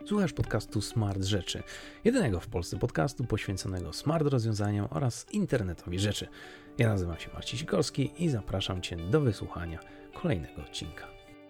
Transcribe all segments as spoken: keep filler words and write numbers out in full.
Słuchasz podcastu Smart Rzeczy, jedynego w Polsce podcastu poświęconego smart rozwiązaniom oraz internetowi rzeczy. Ja nazywam się Marcin Sikorski i zapraszam Cię do wysłuchania kolejnego odcinka.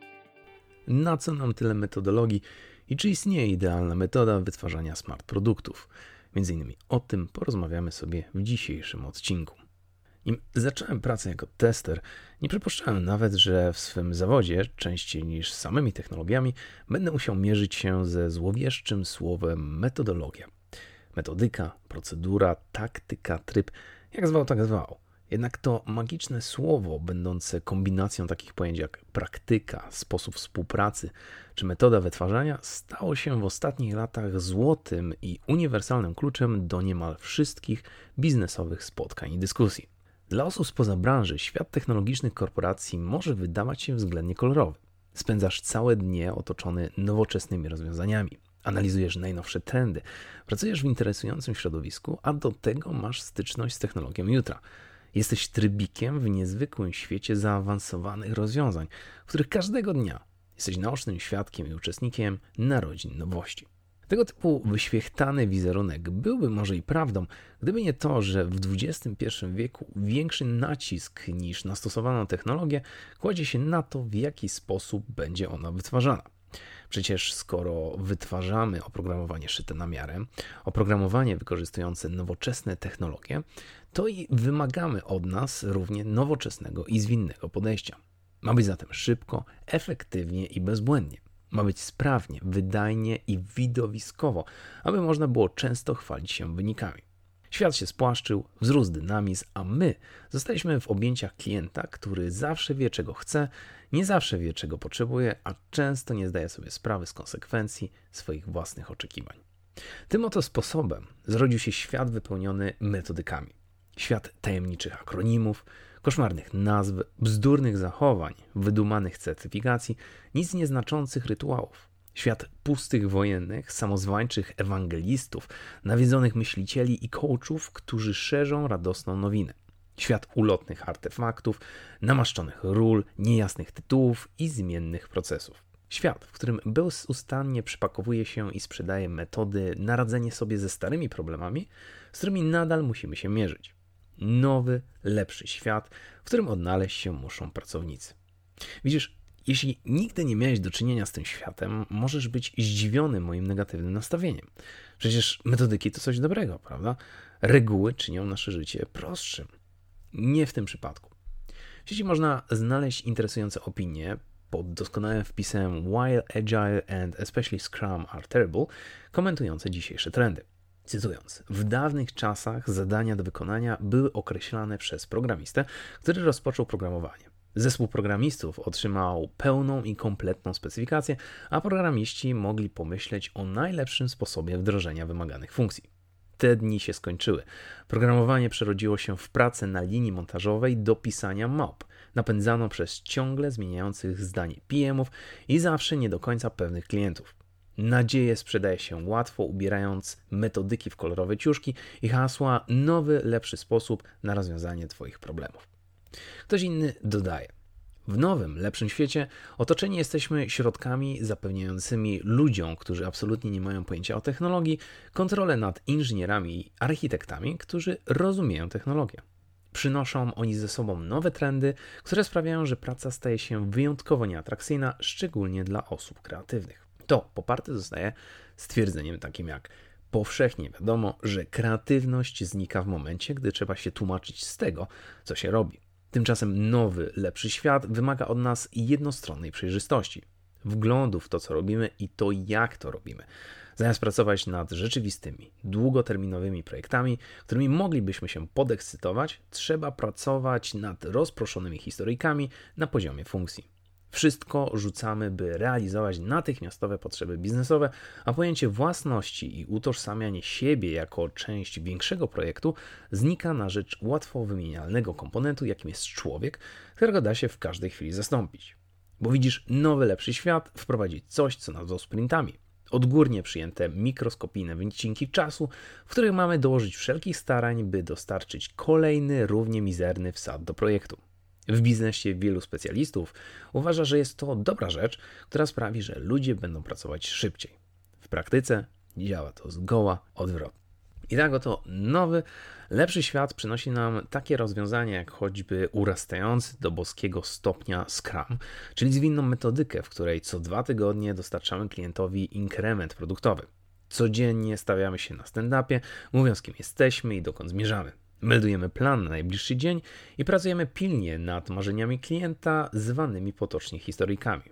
Na co nam tyle metodologii i czy istnieje idealna metoda wytwarzania smart produktów? Między innymi o tym porozmawiamy sobie w dzisiejszym odcinku. Nim zacząłem pracę jako tester, nie przypuszczałem nawet, że w swym zawodzie, częściej niż z samymi technologiami, będę musiał mierzyć się ze złowieszczym słowem metodologia. Metodyka, procedura, taktyka, tryb, jak zwał, tak zwał. Jednak to magiczne słowo, będące kombinacją takich pojęć jak praktyka, sposób współpracy czy metoda wytwarzania, stało się w ostatnich latach złotym i uniwersalnym kluczem do niemal wszystkich biznesowych spotkań i dyskusji. Dla osób spoza branży świat technologicznych korporacji może wydawać się względnie kolorowy. Spędzasz całe dnie otoczony nowoczesnymi rozwiązaniami. Analizujesz najnowsze trendy, pracujesz w interesującym środowisku, a do tego masz styczność z technologią jutra. Jesteś trybikiem w niezwykłym świecie zaawansowanych rozwiązań, w których każdego dnia jesteś naocznym świadkiem i uczestnikiem narodzin nowości. Tego typu wyświechtany wizerunek byłby może i prawdą, gdyby nie to, że w dwudziestym pierwszym wieku większy nacisk niż na stosowaną technologię kładzie się na to, w jaki sposób będzie ona wytwarzana. Przecież skoro wytwarzamy oprogramowanie szyte na miarę, oprogramowanie wykorzystujące nowoczesne technologie, to i wymagamy od nas równie nowoczesnego i zwinnego podejścia. Ma być zatem szybko, efektywnie i bezbłędnie. Ma być sprawnie, wydajnie i widowiskowo, aby można było często chwalić się wynikami. Świat się spłaszczył, wzrósł dynamizm, a my zostaliśmy w objęciach klienta, który zawsze wie, czego chce, nie zawsze wie, czego potrzebuje, a często nie zdaje sobie sprawy z konsekwencji swoich własnych oczekiwań. Tym oto sposobem zrodził się świat wypełniony metodykami. Świat tajemniczych akronimów, koszmarnych nazw, bzdurnych zachowań, wydumanych certyfikacji, nic nieznaczących rytuałów. Świat pustych wojennych, samozwańczych ewangelistów, nawiedzonych myślicieli i coachów, którzy szerzą radosną nowinę. Świat ulotnych artefaktów, namaszczonych ról, niejasnych tytułów i zmiennych procesów. Świat, w którym bezustannie przypakowuje się i sprzedaje metody na radzenie sobie ze starymi problemami, z którymi nadal musimy się mierzyć. Nowy, lepszy świat, w którym odnaleźć się muszą pracownicy. Widzisz, jeśli nigdy nie miałeś do czynienia z tym światem, możesz być zdziwiony moim negatywnym nastawieniem. Przecież metodyki to coś dobrego, prawda? Reguły czynią nasze życie prostszym. Nie w tym przypadku. W sieci można znaleźć interesujące opinie pod doskonałym wpisem While Agile and especially Scrum are terrible, komentujące dzisiejsze trendy. Cytując, w dawnych czasach zadania do wykonania były określane przez programistę, który rozpoczął programowanie. Zespół programistów otrzymał pełną i kompletną specyfikację, a programiści mogli pomyśleć o najlepszym sposobie wdrożenia wymaganych funkcji. Te dni się skończyły. Programowanie przerodziło się w pracę na linii montażowej do pisania map, napędzaną przez ciągle zmieniających zdanie P M-ów i zawsze nie do końca pewnych klientów. Nadzieję sprzedaje się łatwo, ubierając metodyki w kolorowe ciuszki i hasła nowy, lepszy sposób na rozwiązanie Twoich problemów. Ktoś inny dodaje. W nowym, lepszym świecie otoczeni jesteśmy środkami zapewniającymi ludziom, którzy absolutnie nie mają pojęcia o technologii, kontrolę nad inżynierami i architektami, którzy rozumieją technologię. Przynoszą oni ze sobą nowe trendy, które sprawiają, że praca staje się wyjątkowo nieatrakcyjna, szczególnie dla osób kreatywnych. To poparte zostaje stwierdzeniem takim jak powszechnie wiadomo, że kreatywność znika w momencie, gdy trzeba się tłumaczyć z tego, co się robi. Tymczasem nowy, lepszy świat wymaga od nas jednostronnej przejrzystości, wglądu w to, co robimy i to, jak to robimy. Zamiast pracować nad rzeczywistymi, długoterminowymi projektami, którymi moglibyśmy się podekscytować, trzeba pracować nad rozproszonymi historyjkami na poziomie funkcji. Wszystko rzucamy, by realizować natychmiastowe potrzeby biznesowe, a pojęcie własności i utożsamianie siebie jako część większego projektu znika na rzecz łatwo wymienialnego komponentu, jakim jest człowiek, którego da się w każdej chwili zastąpić. Bo widzisz, nowy, lepszy świat wprowadzi coś, co nazwał sprintami. Odgórnie przyjęte mikroskopijne wycinki czasu, w których mamy dołożyć wszelkich starań, by dostarczyć kolejny, równie mizerny wsad do projektu. W biznesie wielu specjalistów uważa, że jest to dobra rzecz, która sprawi, że ludzie będą pracować szybciej. W praktyce działa to zgoła odwrotnie. I tak oto nowy, lepszy świat przynosi nam takie rozwiązania jak choćby urastający do boskiego stopnia Scrum, czyli zwinną metodykę, w której co dwa tygodnie dostarczamy klientowi inkrement produktowy. Codziennie stawiamy się na stand-upie, mówiąc kim jesteśmy i dokąd zmierzamy. Meldujemy plan na najbliższy dzień i pracujemy pilnie nad marzeniami klienta zwanymi potocznie historyjkami.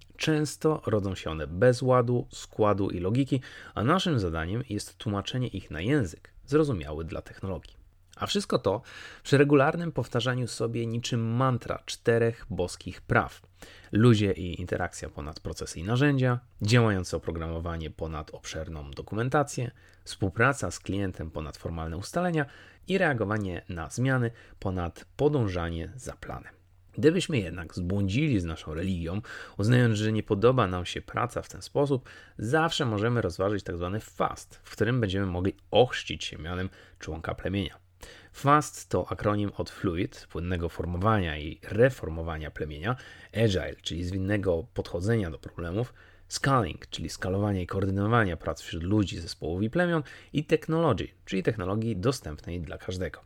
Często rodzą się one bez ładu, składu i logiki, a naszym zadaniem jest tłumaczenie ich na język zrozumiały dla technologii. A wszystko to przy regularnym powtarzaniu sobie niczym mantra czterech boskich praw. Ludzie i interakcja ponad procesy i narzędzia, działające oprogramowanie ponad obszerną dokumentację, współpraca z klientem ponad formalne ustalenia i reagowanie na zmiany ponad podążanie za planem. Gdybyśmy jednak zbłądzili z naszą religią, uznając, że nie podoba nam się praca w ten sposób, zawsze możemy rozważyć tzw. fast, w którym będziemy mogli ochrzcić się mianem członka plemienia. Fast to akronim od fluid, płynnego formowania i reformowania plemienia, agile, czyli zwinnego podchodzenia do problemów, scaling, czyli skalowania i koordynowania prac wśród ludzi, zespołów i plemion, i technology, czyli technologii dostępnej dla każdego.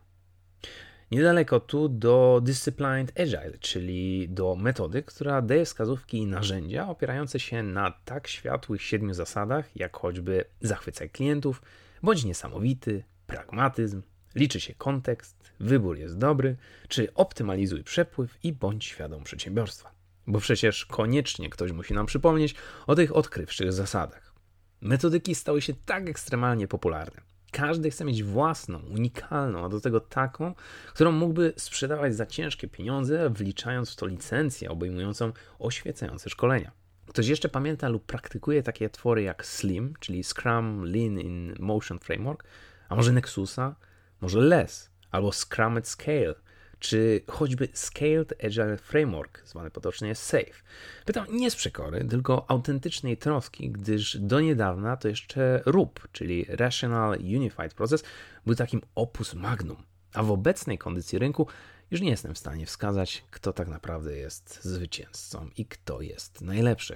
Niedaleko tu do Disciplined Agile, czyli do metody, która daje wskazówki i narzędzia opierające się na tak światłych siedmiu zasadach, jak choćby zachwycaj klientów, bądź niesamowity, pragmatyzm, liczy się kontekst, wybór jest dobry, czy optymalizuj przepływ i bądź świadom przedsiębiorstwa. Bo przecież koniecznie ktoś musi nam przypomnieć o tych odkrywczych zasadach. Metodyki stały się tak ekstremalnie popularne. Każdy chce mieć własną, unikalną, a do tego taką, którą mógłby sprzedawać za ciężkie pieniądze, wliczając w to licencję obejmującą oświecające szkolenia. Ktoś jeszcze pamięta lub praktykuje takie twory jak Slim, czyli Scrum Lean in Motion Framework, a może Nexusa, może Less, albo Scrum at Scale, czy choćby Scaled Agile Framework, zwany potocznie SAFe. Pytam nie z przekory, tylko autentycznej troski, gdyż do niedawna to jeszcze R U P, czyli Rational Unified Process, był takim opus magnum, a w obecnej kondycji rynku już nie jestem w stanie wskazać, kto tak naprawdę jest zwycięzcą i kto jest najlepszy.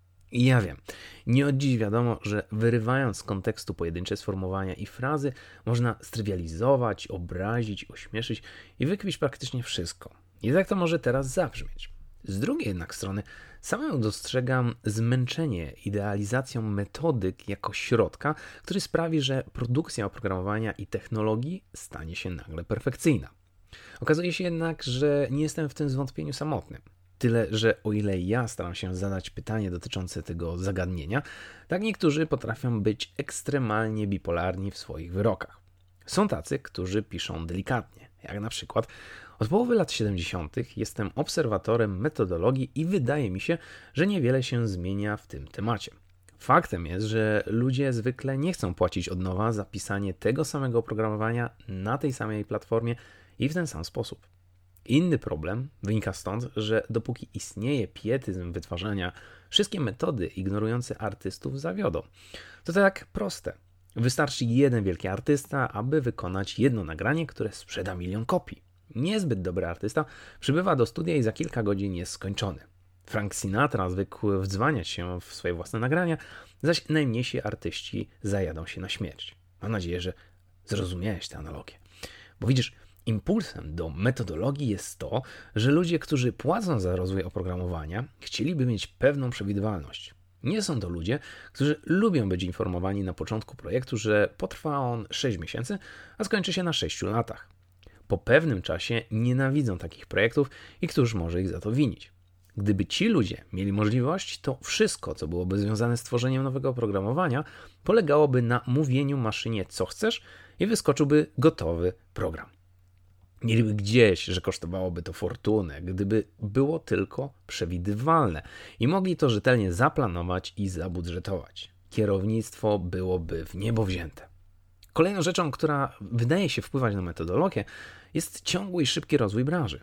I ja wiem, nie od dziś wiadomo, że wyrywając z kontekstu pojedyncze sformułowania i frazy, można strywializować, obrazić, ośmieszyć i wykpić praktycznie wszystko. I tak to może teraz zabrzmieć. Z drugiej jednak strony samemu dostrzegam zmęczenie idealizacją metodyk jako środka, który sprawi, że produkcja oprogramowania i technologii stanie się nagle perfekcyjna. Okazuje się jednak, że nie jestem w tym zwątpieniu samotny. Tyle, że o ile ja staram się zadać pytanie dotyczące tego zagadnienia, tak niektórzy potrafią być ekstremalnie bipolarni w swoich wyrokach. Są tacy, którzy piszą delikatnie, jak na przykład od połowy lat siedemdziesiątych jestem obserwatorem metodologii i wydaje mi się, że niewiele się zmienia w tym temacie. Faktem jest, że ludzie zwykle nie chcą płacić od nowa za pisanie tego samego oprogramowania na tej samej platformie i w ten sam sposób. Inny problem wynika stąd, że dopóki istnieje pietyzm wytwarzania, wszystkie metody ignorujące artystów zawiodą. To tak proste. Wystarczy jeden wielki artysta, aby wykonać jedno nagranie, które sprzeda milion kopii. Niezbyt dobry artysta przybywa do studia i za kilka godzin jest skończony. Frank Sinatra zwykł wdzwaniać się w swoje własne nagrania, zaś najmniejsi artyści zajadą się na śmierć. Mam nadzieję, że zrozumiałeś tę analogię. Bo widzisz, impulsem do metodologii jest to, że ludzie, którzy płacą za rozwój oprogramowania, chcieliby mieć pewną przewidywalność. Nie są to ludzie, którzy lubią być informowani na początku projektu, że potrwa on sześć miesięcy, a skończy się na sześciu latach. Po pewnym czasie nienawidzą takich projektów i któż może ich za to winić. Gdyby ci ludzie mieli możliwość, to wszystko, co byłoby związane z tworzeniem nowego oprogramowania, polegałoby na mówieniu maszynie, co chcesz i wyskoczyłby gotowy program. Mieliby gdzieś, że kosztowałoby to fortunę, gdyby było tylko przewidywalne i mogli to rzetelnie zaplanować i zabudżetować. Kierownictwo byłoby w niebo wzięte. Kolejną rzeczą, która wydaje się wpływać na metodologię, jest ciągły i szybki rozwój branży.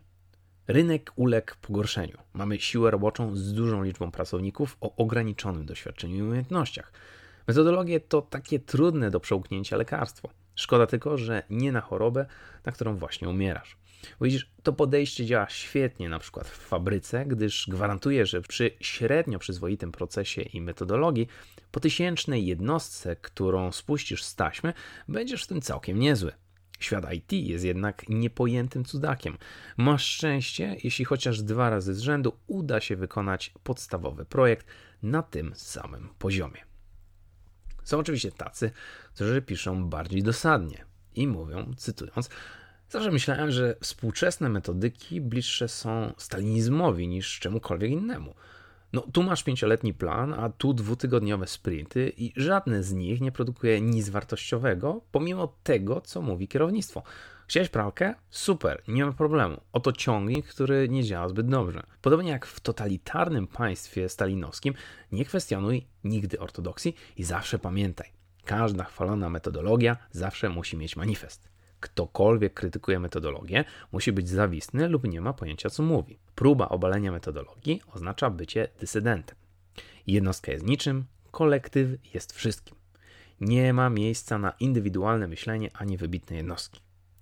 Rynek uległ pogorszeniu. Mamy siłę roboczą z dużą liczbą pracowników o ograniczonym doświadczeniu i umiejętnościach. Metodologie to takie trudne do przełknięcia lekarstwo. Szkoda tylko, że nie na chorobę, na którą właśnie umierasz. Widzisz, to podejście działa świetnie na przykład w fabryce, gdyż gwarantuje, że przy średnio przyzwoitym procesie i metodologii po tysięcznej jednostce, którą spuścisz z taśmy, będziesz w tym całkiem niezły. Świat I T jest jednak niepojętym cudakiem. Masz szczęście, jeśli chociaż dwa razy z rzędu uda się wykonać podstawowy projekt na tym samym poziomie. Są oczywiście tacy, którzy piszą bardziej dosadnie i mówią, cytując: zawsze myślałem, że współczesne metodyki bliższe są stalinizmowi niż czemukolwiek innemu. No tu masz pięcioletni plan, a tu dwutygodniowe sprinty i żadne z nich nie produkuje nic wartościowego, pomimo tego, co mówi kierownictwo. Chciałeś pralkę? Super, nie ma problemu. Oto ciągnik, który nie działa zbyt dobrze. Podobnie jak w totalitarnym państwie stalinowskim, nie kwestionuj nigdy ortodoksji i zawsze pamiętaj, każda chwalona metodologia zawsze musi mieć manifest. Ktokolwiek krytykuje metodologię, musi być zawistny lub nie ma pojęcia, co mówi. Próba obalenia metodologii oznacza bycie dysydentem. Jednostka jest niczym, kolektyw jest wszystkim. Nie ma miejsca na indywidualne myślenie ani wybitne jednostki.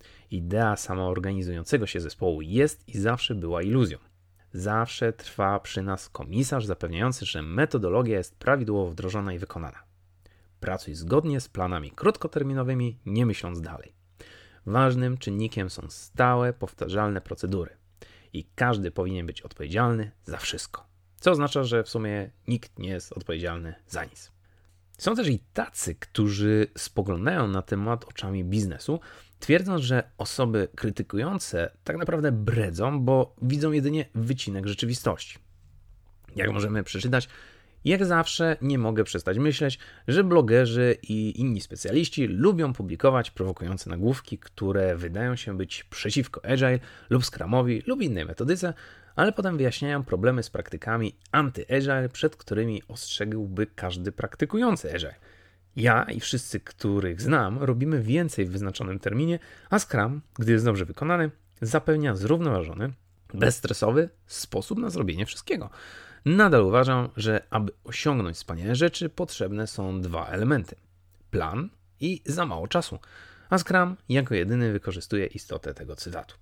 Idea samoorganizującego się zespołu jest i zawsze była iluzją. Zawsze trwa przy nas komisarz zapewniający, że metodologia jest prawidłowo wdrożona i wykonana. Pracuj zgodnie z planami krótkoterminowymi, nie myśląc dalej. Ważnym czynnikiem są stałe, powtarzalne procedury i każdy powinien być odpowiedzialny za wszystko, co oznacza, że w sumie nikt nie jest odpowiedzialny za nic. Są też i tacy, którzy spoglądają na temat oczami biznesu, twierdząc, że osoby krytykujące tak naprawdę bredzą, bo widzą jedynie wycinek rzeczywistości. Jak możemy przeczytać, jak zawsze nie mogę przestać myśleć, że blogerzy i inni specjaliści lubią publikować prowokujące nagłówki, które wydają się być przeciwko Agile lub Scrumowi lub innej metodyce, ale potem wyjaśniają problemy z praktykami anty-Agile, przed którymi ostrzegłby każdy praktykujący Agile. Ja i wszyscy, których znam, robimy więcej w wyznaczonym terminie, a Scrum, gdy jest dobrze wykonany, zapewnia zrównoważony, bezstresowy sposób na zrobienie wszystkiego. Nadal uważam, że aby osiągnąć wspaniałe rzeczy, potrzebne są dwa elementy. Plan i za mało czasu. A Scrum jako jedyny wykorzystuje istotę tego cytatu.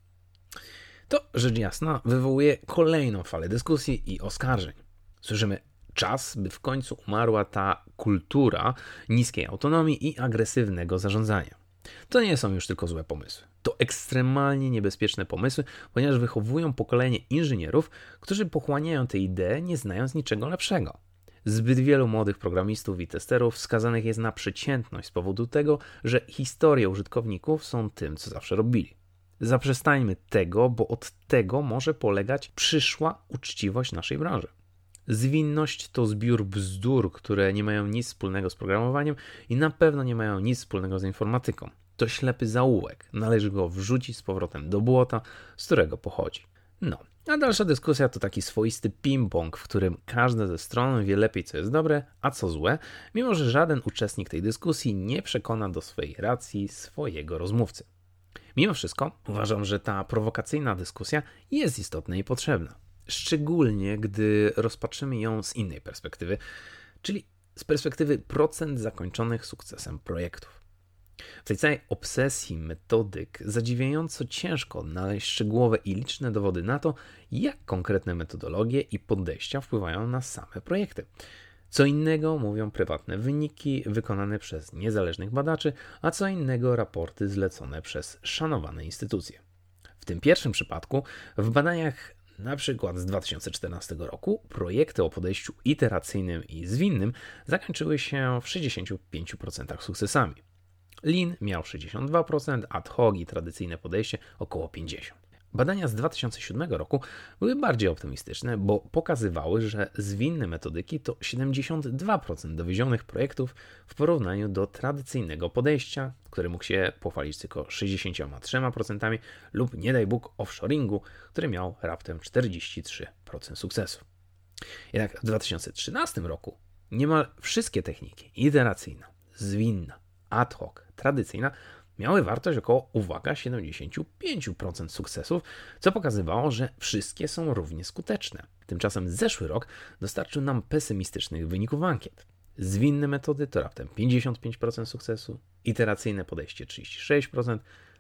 To rzecz jasna wywołuje kolejną falę dyskusji i oskarżeń. Słyszymy: czas, by w końcu umarła ta kultura niskiej autonomii i agresywnego zarządzania. To nie są już tylko złe pomysły. To ekstremalnie niebezpieczne pomysły, ponieważ wychowują pokolenie inżynierów, którzy pochłaniają te idee, nie znając niczego lepszego. Zbyt wielu młodych programistów i testerów skazanych jest na przeciętność z powodu tego, że historie użytkowników są tym, co zawsze robili. Zaprzestańmy tego, bo od tego może polegać przyszła uczciwość naszej branży. Zwinność to zbiór bzdur, które nie mają nic wspólnego z programowaniem i na pewno nie mają nic wspólnego z informatyką. To ślepy zaułek, należy go wrzucić z powrotem do błota, z którego pochodzi. No, a dalsza dyskusja to taki swoisty ping-pong, w którym każda ze stron wie lepiej, co jest dobre, a co złe, mimo że żaden uczestnik tej dyskusji nie przekona do swojej racji swojego rozmówcy. Mimo wszystko uważam, że ta prowokacyjna dyskusja jest istotna i potrzebna. Szczególnie, gdy rozpatrzymy ją z innej perspektywy, czyli z perspektywy procent zakończonych sukcesem projektów. W tej całej obsesji metodyk zadziwiająco ciężko odnaleźć szczegółowe i liczne dowody na to, jak konkretne metodologie i podejścia wpływają na same projekty. Co innego mówią prywatne wyniki wykonane przez niezależnych badaczy, a co innego raporty zlecone przez szanowane instytucje. W tym pierwszym przypadku w badaniach na przykład z dwa tysiące czternastego roku projekty o podejściu iteracyjnym i zwinnym zakończyły się w sześćdziesięciu pięciu procentach sukcesami. Lean miał sześćdziesiąt dwa procent, ad hoc i tradycyjne podejście około pięćdziesiąt procent. Badania z dwa tysiące siódmego roku były bardziej optymistyczne, bo pokazywały, że zwinne metodyki to siedemdziesiąt dwa procent dowiezionych projektów w porównaniu do tradycyjnego podejścia, który mógł się pochwalić tylko sześćdziesięcioma trzema procentami lub nie daj Bóg offshoringu, który miał raptem czterdzieści trzy procent sukcesu. Jednak w dwa tysiące trzynastym roku niemal wszystkie techniki iteracyjna, zwinna, ad hoc, tradycyjna miały wartość około, uwaga, siedemdziesiąt pięć procent sukcesów, co pokazywało, że wszystkie są równie skuteczne. Tymczasem zeszły rok dostarczył nam pesymistycznych wyników ankiet. Zwinne metody to raptem pięćdziesiąt pięć procent sukcesu, iteracyjne podejście trzydzieści sześć procent,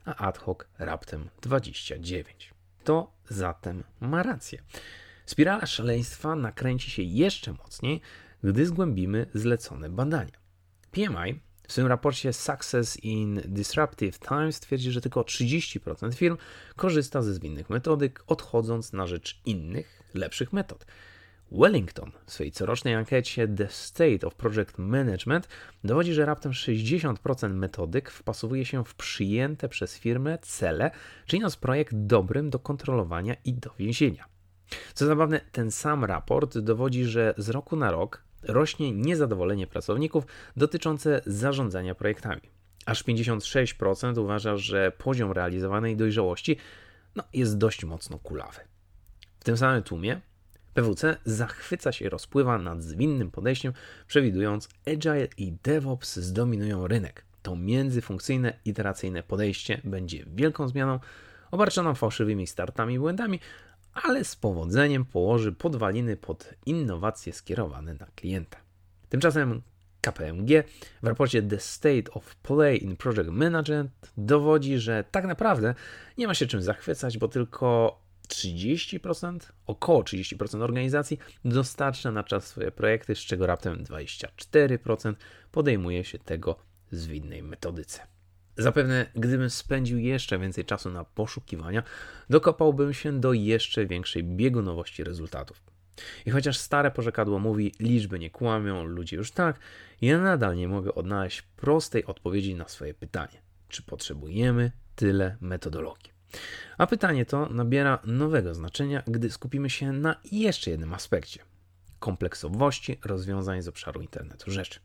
a ad hoc raptem dwadzieścia dziewięć. To zatem ma rację. Spirala szaleństwa nakręci się jeszcze mocniej, gdy zgłębimy zlecone badania. P M I w swoim raporcie Success in Disruptive Times twierdzi, że tylko trzydzieści procent firm korzysta ze zwinnych metodyk, odchodząc na rzecz innych, lepszych metod. Wellington w swojej corocznej ankiecie The State of Project Management dowodzi, że raptem sześćdziesiąt procent metodyk wpasowuje się w przyjęte przez firmę cele, czyniąc projekt dobrym do kontrolowania i dowiezienia. Co zabawne, ten sam raport dowodzi, że z roku na rok rośnie niezadowolenie pracowników dotyczące zarządzania projektami. Aż pięćdziesiąt sześć procent uważa, że poziom realizowanej dojrzałości no, jest dość mocno kulawy. W tym samym tłumie P W C zachwyca się i rozpływa nad zwinnym podejściem, przewidując Agile i DevOps zdominują rynek. To międzyfunkcyjne, iteracyjne podejście będzie wielką zmianą, obarczoną fałszywymi startami i błędami, ale z powodzeniem położy podwaliny pod innowacje skierowane na klienta. Tymczasem K P M G w raporcie The State of Play in Project Management dowodzi, że tak naprawdę nie ma się czym zachwycać, bo tylko trzydzieści procent, około trzydzieści procent organizacji dostarcza na czas swoje projekty, z czego raptem dwadzieścia cztery procent podejmuje się tego w zwinnej metodyce. Zapewne, gdybym spędził jeszcze więcej czasu na poszukiwania, dokopałbym się do jeszcze większej biegunowości rezultatów. I chociaż stare porzekadło mówi, liczby nie kłamią, ludzie już tak, ja nadal nie mogę odnaleźć prostej odpowiedzi na swoje pytanie. Czy potrzebujemy tyle metodologii? A pytanie to nabiera nowego znaczenia, gdy skupimy się na jeszcze jednym aspekcie – kompleksowości rozwiązań z obszaru internetu rzeczy.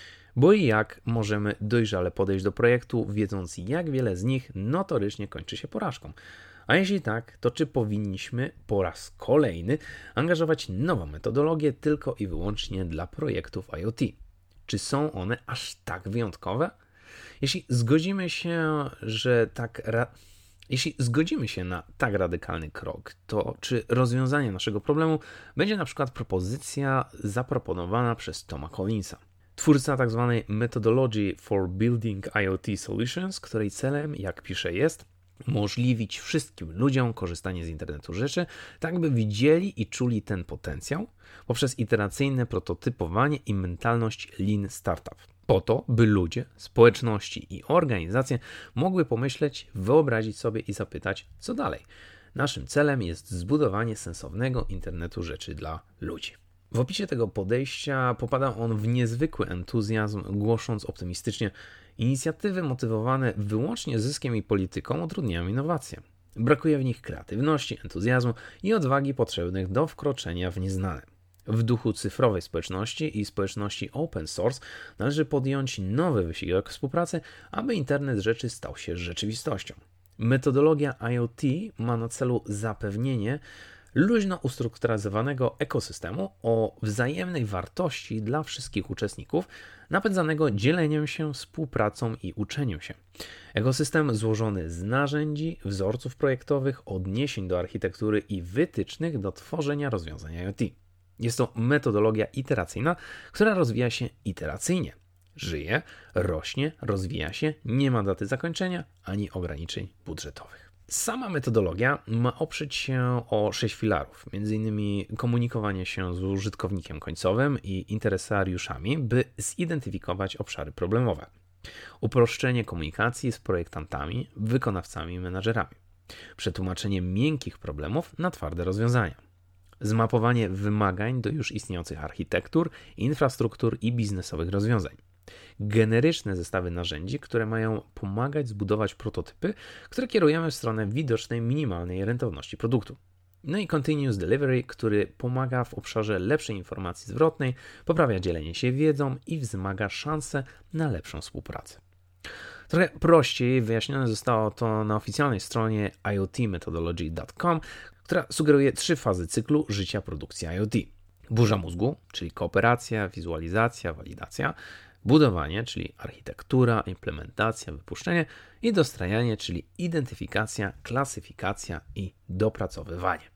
Bo i jak możemy dojrzale podejść do projektu, wiedząc jak wiele z nich notorycznie kończy się porażką? A jeśli tak, to czy powinniśmy po raz kolejny angażować nową metodologię tylko i wyłącznie dla projektów IoT? Czy są one aż tak wyjątkowe? Jeśli zgodzimy się, że tak ra- Jeśli zgodzimy się na tak radykalny krok, to czy rozwiązanie naszego problemu będzie na przykład propozycja zaproponowana przez Toma Collinsa, twórca tzw. Methodology for Building IoT Solutions, której celem, jak pisze, jest umożliwić wszystkim ludziom korzystanie z internetu rzeczy, tak by widzieli i czuli ten potencjał poprzez iteracyjne prototypowanie i mentalność Lean Startup. Po to, by ludzie, społeczności i organizacje mogły pomyśleć, wyobrazić sobie i zapytać, co dalej. Naszym celem jest zbudowanie sensownego internetu rzeczy dla ludzi. W opisie tego podejścia popada on w niezwykły entuzjazm, głosząc optymistycznie: inicjatywy motywowane wyłącznie zyskiem i polityką utrudniają innowacje. Brakuje w nich kreatywności, entuzjazmu i odwagi potrzebnych do wkroczenia w nieznane. W duchu cyfrowej społeczności i społeczności open source należy podjąć nowy wysiłek współpracy, aby internet rzeczy stał się rzeczywistością. Metodologia IoT ma na celu zapewnienie luźno ustrukturyzowanego ekosystemu o wzajemnej wartości dla wszystkich uczestników, napędzanego dzieleniem się, współpracą i uczeniem się. Ekosystem złożony z narzędzi, wzorców projektowych, odniesień do architektury i wytycznych do tworzenia rozwiązań IoT. Jest to metodologia iteracyjna, która rozwija się iteracyjnie. Żyje, rośnie, rozwija się, nie ma daty zakończenia ani ograniczeń budżetowych. Sama metodologia ma oprzeć się o sześć filarów, m.in. komunikowanie się z użytkownikiem końcowym i interesariuszami, by zidentyfikować obszary problemowe. Uproszczenie komunikacji z projektantami, wykonawcami i menadżerami. Przetłumaczenie miękkich problemów na twarde rozwiązania. Zmapowanie wymagań do już istniejących architektur, infrastruktur i biznesowych rozwiązań. Generyczne zestawy narzędzi, które mają pomagać zbudować prototypy, które kierujemy w stronę widocznej minimalnej rentowności produktu. No i Continuous Delivery, który pomaga w obszarze lepszej informacji zwrotnej, poprawia dzielenie się wiedzą i wzmaga szanse na lepszą współpracę. Trochę prościej wyjaśnione zostało to na oficjalnej stronie I O T methodology kropka com, która sugeruje trzy fazy cyklu życia produkcji IoT. Burza mózgu, czyli kooperacja, wizualizacja, walidacja. Budowanie, czyli architektura, implementacja, wypuszczenie. I dostrajanie, czyli identyfikacja, klasyfikacja i dopracowywanie.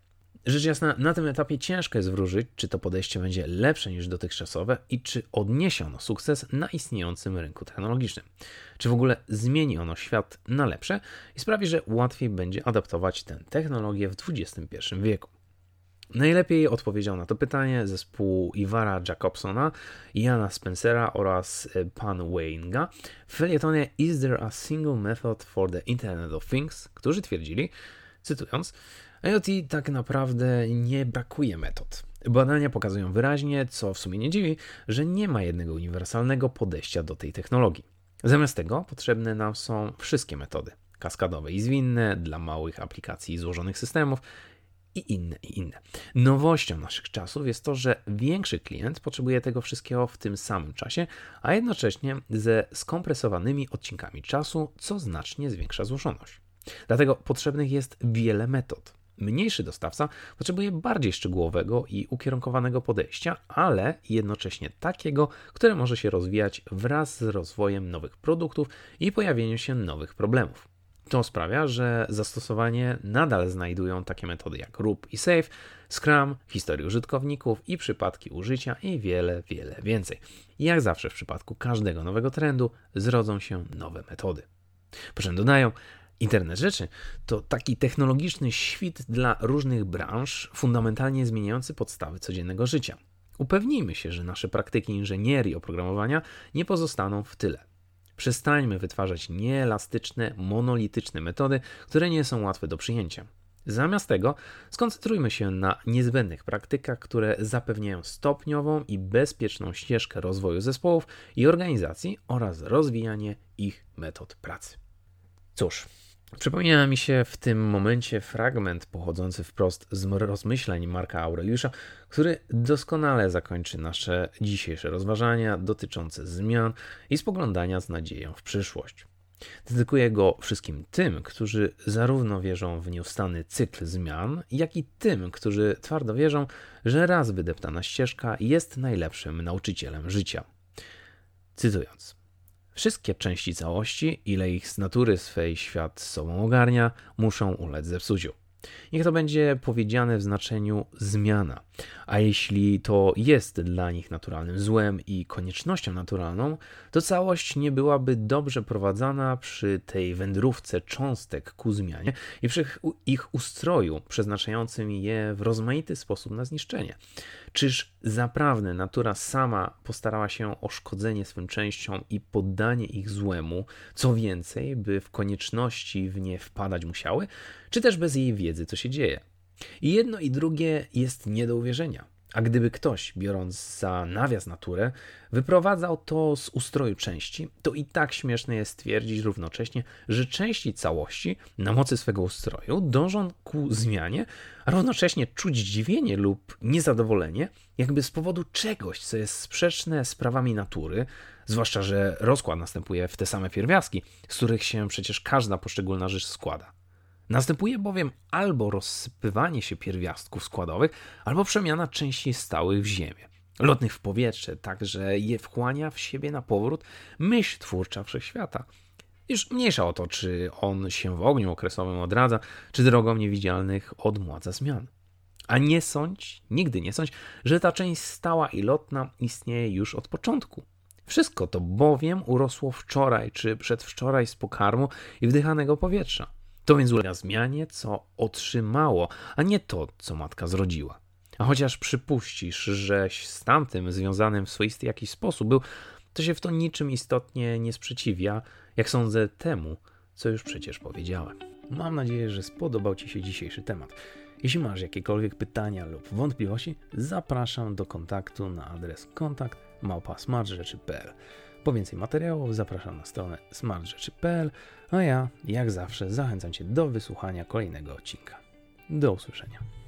Rzecz jasna, na tym etapie ciężko jest wróżyć, czy to podejście będzie lepsze niż dotychczasowe i czy odniesie ono sukces na istniejącym rynku technologicznym. Czy w ogóle zmieni ono świat na lepsze i sprawi, że łatwiej będzie adaptować tę technologię w dwudziestym pierwszym wieku. Najlepiej odpowiedział na to pytanie zespół Ivara Jacobsona, Iana Spencera oraz Pan Weinga w felietonie Is there a single method for the Internet of Things, którzy twierdzili, cytując, IoT tak naprawdę nie brakuje metod. Badania pokazują wyraźnie, co w sumie nie dziwi, że nie ma jednego uniwersalnego podejścia do tej technologii. Zamiast tego potrzebne nam są wszystkie metody, kaskadowe i zwinne, dla małych aplikacji i złożonych systemów, i inne, i inne. Nowością naszych czasów jest to, że większy klient potrzebuje tego wszystkiego w tym samym czasie, a jednocześnie ze skompresowanymi odcinkami czasu, co znacznie zwiększa złożoność. Dlatego potrzebnych jest wiele metod. Mniejszy dostawca potrzebuje bardziej szczegółowego i ukierunkowanego podejścia, ale jednocześnie takiego, które może się rozwijać wraz z rozwojem nowych produktów i pojawieniem się nowych problemów. To sprawia, że zastosowanie nadal znajdują takie metody jak R U P i SAFe, Scrum, historię użytkowników i przypadki użycia i wiele, wiele więcej. I jak zawsze w przypadku każdego nowego trendu zrodzą się nowe metody. Po czym dodają, Internet rzeczy to taki technologiczny świt dla różnych branż, fundamentalnie zmieniający podstawy codziennego życia. Upewnijmy się, że nasze praktyki inżynierii oprogramowania nie pozostaną w tyle. Przestańmy wytwarzać nieelastyczne, monolityczne metody, które nie są łatwe do przyjęcia. Zamiast tego skoncentrujmy się na niezbędnych praktykach, które zapewniają stopniową i bezpieczną ścieżkę rozwoju zespołów i organizacji oraz rozwijanie ich metod pracy. Cóż, przypomniała mi się w tym momencie fragment pochodzący wprost z rozmyśleń Marka Aureliusza, który doskonale zakończy nasze dzisiejsze rozważania dotyczące zmian i spoglądania z nadzieją w przyszłość. Dedykuję go wszystkim tym, którzy zarówno wierzą w nieustanny cykl zmian, jak i tym, którzy twardo wierzą, że raz wydeptana ścieżka jest najlepszym nauczycielem życia. Cytując. Wszystkie części całości, ile ich z natury swej świat z sobą ogarnia, muszą ulec zepsuciu. Niech to będzie powiedziane w znaczeniu zmiana, a jeśli to jest dla nich naturalnym złem i koniecznością naturalną, to całość nie byłaby dobrze prowadzona przy tej wędrówce cząstek ku zmianie i przy ich ustroju przeznaczającym je w rozmaity sposób na zniszczenie. Czyż zaprawdę natura sama postarała się o szkodzenie swym częściom i poddanie ich złemu, co więcej, by w konieczności w nie wpadać musiały, czy też bez jej wiedzy, co się dzieje? I jedno i drugie jest nie do uwierzenia. A gdyby ktoś, biorąc za nawias naturę, wyprowadzał to z ustroju części, to i tak śmieszne jest stwierdzić równocześnie, że części całości na mocy swego ustroju dążą ku zmianie, a równocześnie czuć zdziwienie lub niezadowolenie, jakby z powodu czegoś, co jest sprzeczne z prawami natury, zwłaszcza że rozkład następuje w te same pierwiastki, z których się przecież każda poszczególna rzecz składa. Następuje bowiem albo rozsypywanie się pierwiastków składowych, albo przemiana części stałych w ziemię, lotnych w powietrze, tak że je wchłania w siebie na powrót myśl twórcza wszechświata. Już mniejsza o to, czy on się w ogniu okresowym odradza, czy drogą niewidzialnych odmładza zmian. A nie sądź, nigdy nie sądź, że ta część stała i lotna istnieje już od początku. Wszystko to bowiem urosło wczoraj czy przedwczoraj z pokarmu i wdychanego powietrza. To więc ulega zmianie, co otrzymało, a nie to, co matka zrodziła. A chociaż przypuścisz, żeś z tamtym związanym w swoisty jakiś sposób był, to się w to niczym istotnie nie sprzeciwia, jak sądzę, temu, co już przecież powiedziałem. Mam nadzieję, że spodobał Ci się dzisiejszy temat. Jeśli masz jakiekolwiek pytania lub wątpliwości, zapraszam do kontaktu na adres kontakt małpa smartrzeczy kropka p l. Po więcej materiałów zapraszam na stronę smartrzeczy kropka p l, a ja, jak zawsze, zachęcam Cię do wysłuchania kolejnego odcinka. Do usłyszenia.